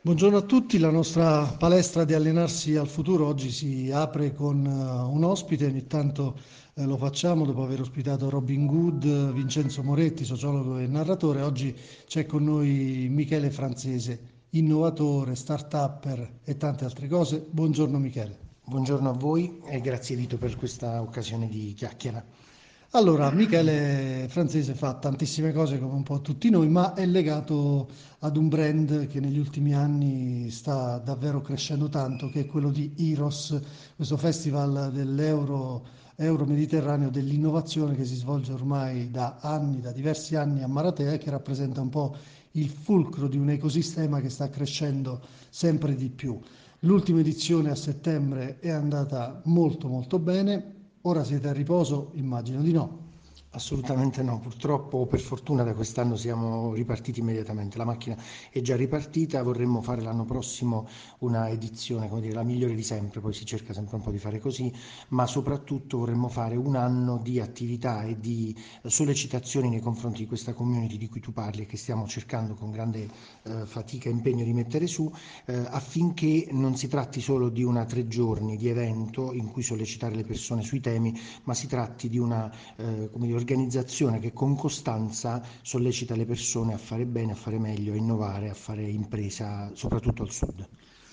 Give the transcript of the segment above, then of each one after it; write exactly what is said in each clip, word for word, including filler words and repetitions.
Buongiorno a tutti, la nostra palestra di Allenarsi al Futuro oggi si apre con eh, un ospite, ogni tanto eh, lo facciamo dopo aver ospitato Robin Good, eh, Vincenzo Moretti, sociologo e narratore. Oggi c'è con noi Michele Franzese, innovatore, start-upper e tante altre cose. Buongiorno Michele. Buongiorno a voi e grazie Vito per questa occasione di chiacchiera. Allora, Michele Franzese fa tantissime cose come un po' tutti noi, ma è legato ad un brand che negli ultimi anni sta davvero crescendo tanto, che è quello di Iros, questo festival dell'Euro Euro Mediterraneo dell'innovazione che si svolge ormai da anni, da diversi anni a Maratea e che rappresenta un po' il fulcro di un ecosistema che sta crescendo sempre di più. L'ultima edizione a settembre è andata molto molto bene. Ora siete a riposo? Immagino di no. Assolutamente no, purtroppo o per fortuna da quest'anno siamo ripartiti immediatamente, la macchina è già ripartita, vorremmo fare l'anno prossimo una edizione, come dire, la migliore di sempre, poi si cerca sempre un po' di fare così, ma soprattutto vorremmo fare un anno di attività e di sollecitazioni nei confronti di questa community di cui tu parli e che stiamo cercando con grande eh, fatica e impegno di mettere su, eh, affinché non si tratti solo di una tre giorni di evento in cui sollecitare le persone sui temi, ma si tratti di una eh, come dire, organizzazione che con costanza sollecita le persone a fare bene, a fare meglio, a innovare, a fare impresa, soprattutto al sud.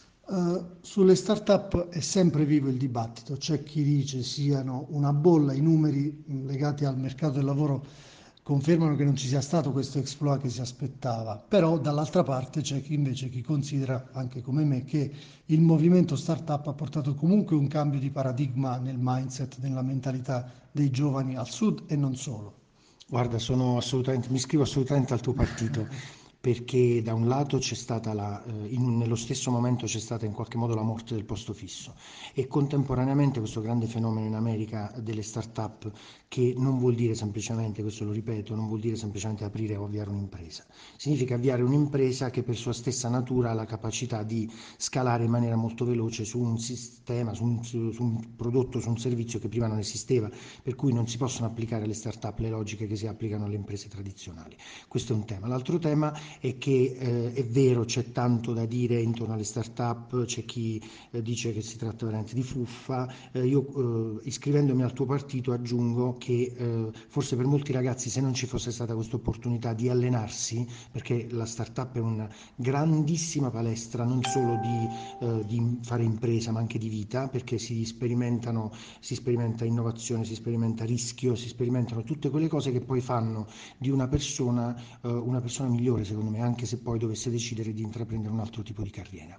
Eh, sulle start-up è sempre vivo il dibattito, c'è chi dice siano una bolla, i numeri mh, legati al mercato del lavoro confermano che non ci sia stato questo exploit che si aspettava, però dall'altra parte c'è chi invece chi considera, anche come me, che il movimento start-up ha portato comunque un cambio di paradigma nel mindset, nella mentalità dei giovani al sud e non solo. Guarda, sono assolutamente, mi iscrivo assolutamente al tuo partito perché da un lato c'è stata la, eh, in- nello stesso momento c'è stata in qualche modo la morte del posto fisso e contemporaneamente questo grande fenomeno in America delle start-up che non vuol dire semplicemente, questo lo ripeto, non vuol dire semplicemente aprire o avviare un'impresa. Significa avviare un'impresa che per sua stessa natura ha la capacità di scalare in maniera molto veloce su un sistema, su un, su un prodotto, su un servizio che prima non esisteva, per cui non si possono applicare alle start-up le logiche che si applicano alle imprese tradizionali. Questo è un tema. L'altro tema è che eh, è vero, c'è tanto da dire intorno alle start-up, c'è chi eh, dice che si tratta veramente di fuffa. Eh, io eh, iscrivendomi al tuo partito aggiungo che eh, forse per molti ragazzi se non ci fosse stata questa opportunità di allenarsi, perché la start-up è una grandissima palestra non solo di, eh, di fare impresa ma anche di vita, perché si sperimentano si sperimenta innovazione, si sperimenta rischio, si sperimentano tutte quelle cose che poi fanno di una persona eh, una persona migliore, secondo me, anche se poi dovesse decidere di intraprendere un altro tipo di carriera.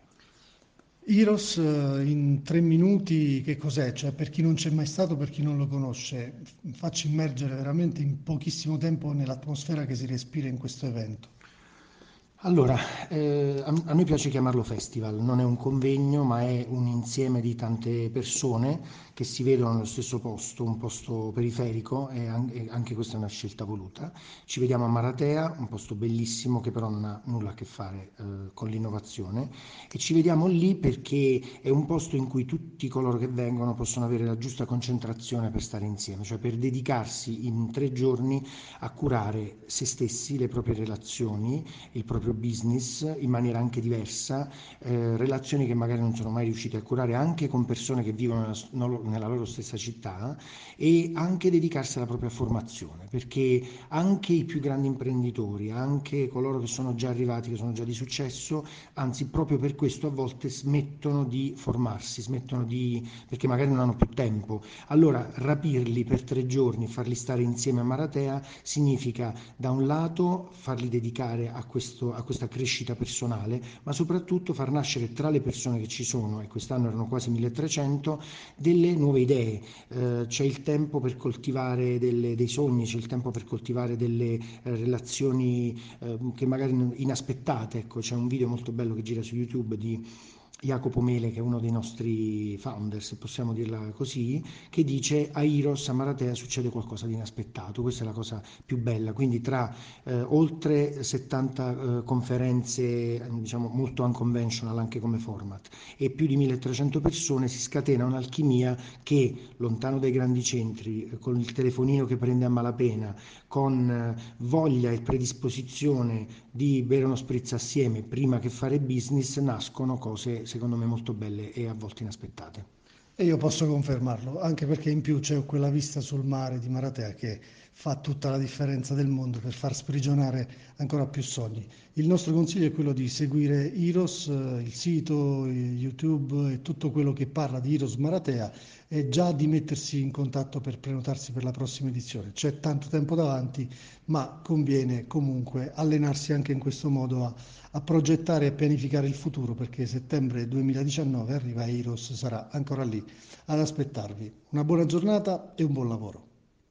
Iros eh, in tre minuti che cos'è? Cioè per chi non c'è mai stato, per chi non lo conosce, f- facci immergere veramente in pochissimo tempo nell'atmosfera che si respira in questo evento. Allora, eh, a, a noi piace chiamarlo festival, non è un convegno, ma è un insieme di tante persone che si vedono nello stesso posto, un posto periferico e, an- e anche questa è una scelta voluta. Ci vediamo a Maratea, un posto bellissimo che però non ha nulla a che fare eh, con l'innovazione e ci vediamo lì perché è un posto in cui tutti coloro che vengono possono avere la giusta concentrazione per stare insieme, cioè per dedicarsi in tre giorni a curare se stessi, le proprie relazioni, il proprio business in maniera anche diversa, eh, relazioni che magari non sono mai riusciti a curare anche con persone che vivono nella, no- nella loro stessa città e anche dedicarsi alla propria formazione, perché anche i più grandi imprenditori, anche coloro che sono già arrivati, che sono già di successo, anzi proprio per questo a volte smettono di formarsi, smettono di, perché magari non hanno più tempo. Allora rapirli per tre giorni, farli stare insieme a Maratea significa da un lato farli dedicare a, questo, a questa crescita personale, ma soprattutto far nascere tra le persone che ci sono, e quest'anno erano quasi milletrecento, delle nuove idee. Eh, c'è il tempo per coltivare delle, dei sogni, c'è il tempo per coltivare delle eh, relazioni eh, che magari inaspettate. Ecco, c'è un video molto bello che gira su YouTube di Jacopo Mele, che è uno dei nostri founder, se possiamo dirla così, che dice a Iros, a Maratea succede qualcosa di inaspettato, questa è la cosa più bella, quindi tra eh, oltre settanta eh, conferenze, eh, diciamo molto unconventional anche come format, e più di milletrecento persone si scatena un'alchimia che, lontano dai grandi centri, eh, con il telefonino che prende a malapena, con eh, voglia e predisposizione di bere uno spritz assieme prima che fare business, nascono cose secondo me molto belle e a volte inaspettate. E io posso confermarlo, anche perché in più c'è quella vista sul mare di Maratea che fa tutta la differenza del mondo per far sprigionare ancora più sogni. Il nostro consiglio è quello di seguire Iros, eh, il sito, eh, YouTube e tutto quello che parla di Iros Maratea e già di mettersi in contatto per prenotarsi per la prossima edizione. C'è tanto tempo davanti, ma conviene comunque allenarsi anche in questo modo a, a progettare e pianificare il futuro, perché settembre duemiladiciannove arriva e Iros sarà ancora lì ad aspettarvi. Una buona giornata e un buon lavoro.